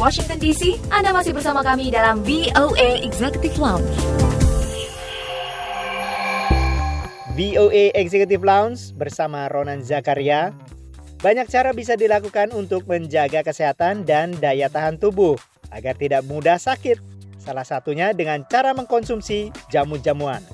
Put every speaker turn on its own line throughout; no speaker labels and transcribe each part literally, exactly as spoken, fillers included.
Washington D C, Anda masih bersama kami dalam V O A Executive Lounge.
V O A Executive Lounge bersama Ronan Zakaria. Banyak cara bisa dilakukan untuk menjaga kesehatan dan daya tahan tubuh agar tidak mudah sakit. Salah satunya dengan cara mengkonsumsi jamu-jamuan.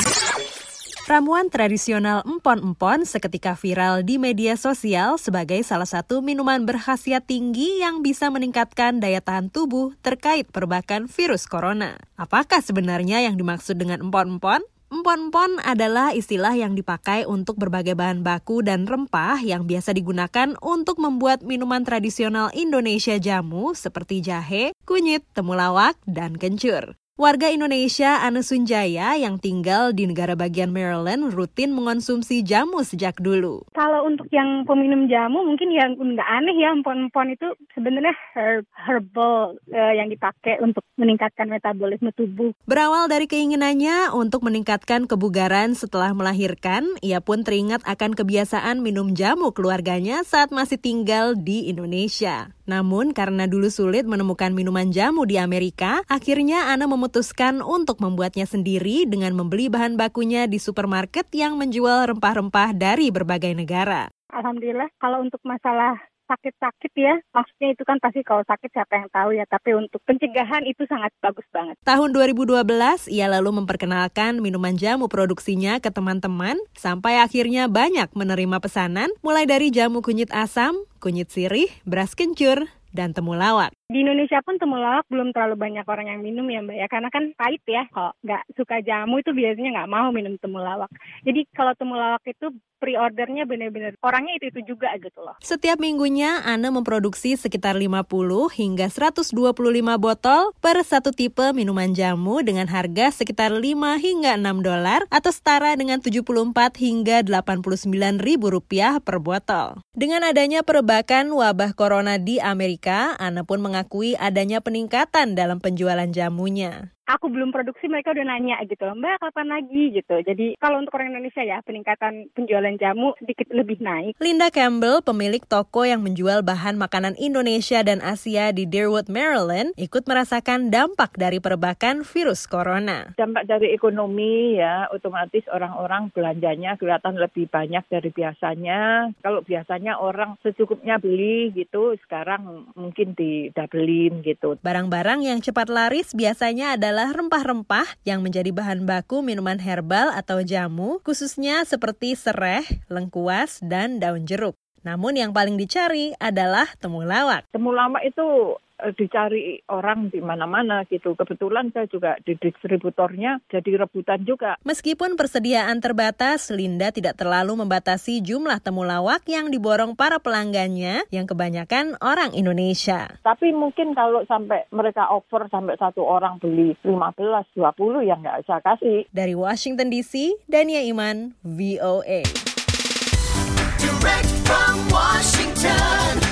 Ramuan tradisional empon-empon seketika viral di media sosial sebagai salah satu minuman berkhasiat tinggi yang bisa meningkatkan daya tahan tubuh terkait perbakan virus corona. Apakah sebenarnya yang dimaksud dengan empon-empon? Empon-empon adalah istilah yang dipakai untuk berbagai bahan baku dan rempah yang biasa digunakan untuk membuat minuman tradisional Indonesia jamu seperti jahe, kunyit, temulawak, dan kencur. Warga Indonesia Ane Sunjaya yang tinggal di negara bagian Maryland rutin mengonsumsi jamu sejak dulu.
Kalau untuk yang peminum jamu mungkin yang nggak aneh ya, empon-empon itu sebenarnya herb, herbal uh, yang dipakai untuk meningkatkan metabolisme tubuh.
Berawal dari keinginannya untuk meningkatkan kebugaran setelah melahirkan, ia pun teringat akan kebiasaan minum jamu keluarganya saat masih tinggal di Indonesia. Namun karena dulu sulit menemukan minuman jamu di Amerika, akhirnya Ana memutuskan untuk membuatnya sendiri dengan membeli bahan bakunya di supermarket yang menjual rempah-rempah dari berbagai negara.
Alhamdulillah, kalau untuk masalah sakit-sakit ya, maksudnya itu kan pasti kalau sakit siapa yang tahu ya, tapi untuk pencegahan itu sangat bagus banget.
Tahun dua ribu dua belas, ia lalu memperkenalkan minuman jamu produksinya ke teman-teman, sampai akhirnya banyak menerima pesanan, mulai dari jamu kunyit asam, kunyit sirih, beras kencur, dan temulawak.
Di Indonesia pun temulawak belum terlalu banyak orang yang minum ya Mbak ya, karena kan pahit ya. Kalau nggak suka jamu itu biasanya nggak mau minum temulawak. Jadi kalau temulawak itu pre-ordernya benar-benar orangnya itu-itu juga gitu loh.
Setiap minggunya Ana memproduksi sekitar lima puluh hingga seratus dua puluh lima botol per satu tipe minuman jamu dengan harga sekitar lima hingga enam dolar atau setara dengan tujuh puluh empat hingga delapan puluh sembilan ribu rupiah per botol. Dengan adanya perebakan wabah corona di Amerika, Ana pun mengakui adanya peningkatan dalam penjualan jamunya.
Aku belum produksi, mereka udah nanya gitu, Mbak kapan lagi gitu. Jadi kalau untuk orang Indonesia ya, peningkatan penjualan jamu sedikit lebih naik.
Linda Campbell, pemilik toko yang menjual bahan makanan Indonesia dan Asia di Deerwood, Maryland, ikut merasakan dampak dari perebakan virus corona.
Dampak dari ekonomi ya, otomatis orang-orang belanjanya kelihatan lebih banyak dari biasanya. Kalau biasanya orang secukupnya beli gitu, sekarang mungkin didabelin gitu.
Barang-barang yang cepat laris biasanya adalah rempah-rempah yang menjadi bahan baku minuman herbal atau jamu, khususnya seperti sereh, lengkuas, dan daun jeruk. Namun yang paling dicari adalah temulawak.
Temulawak itu dicari orang di mana-mana gitu. Kebetulan saya juga di distributornya jadi rebutan juga.
Meskipun persediaan terbatas, Linda tidak terlalu membatasi jumlah temulawak yang diborong para pelanggannya yang kebanyakan orang Indonesia.
Tapi mungkin kalau sampai mereka offer sampai satu orang beli lima belas dua puluh yang nggak saya kasih.
Dari Washington D C, Dania Iman, V O A.
Direct from Washington.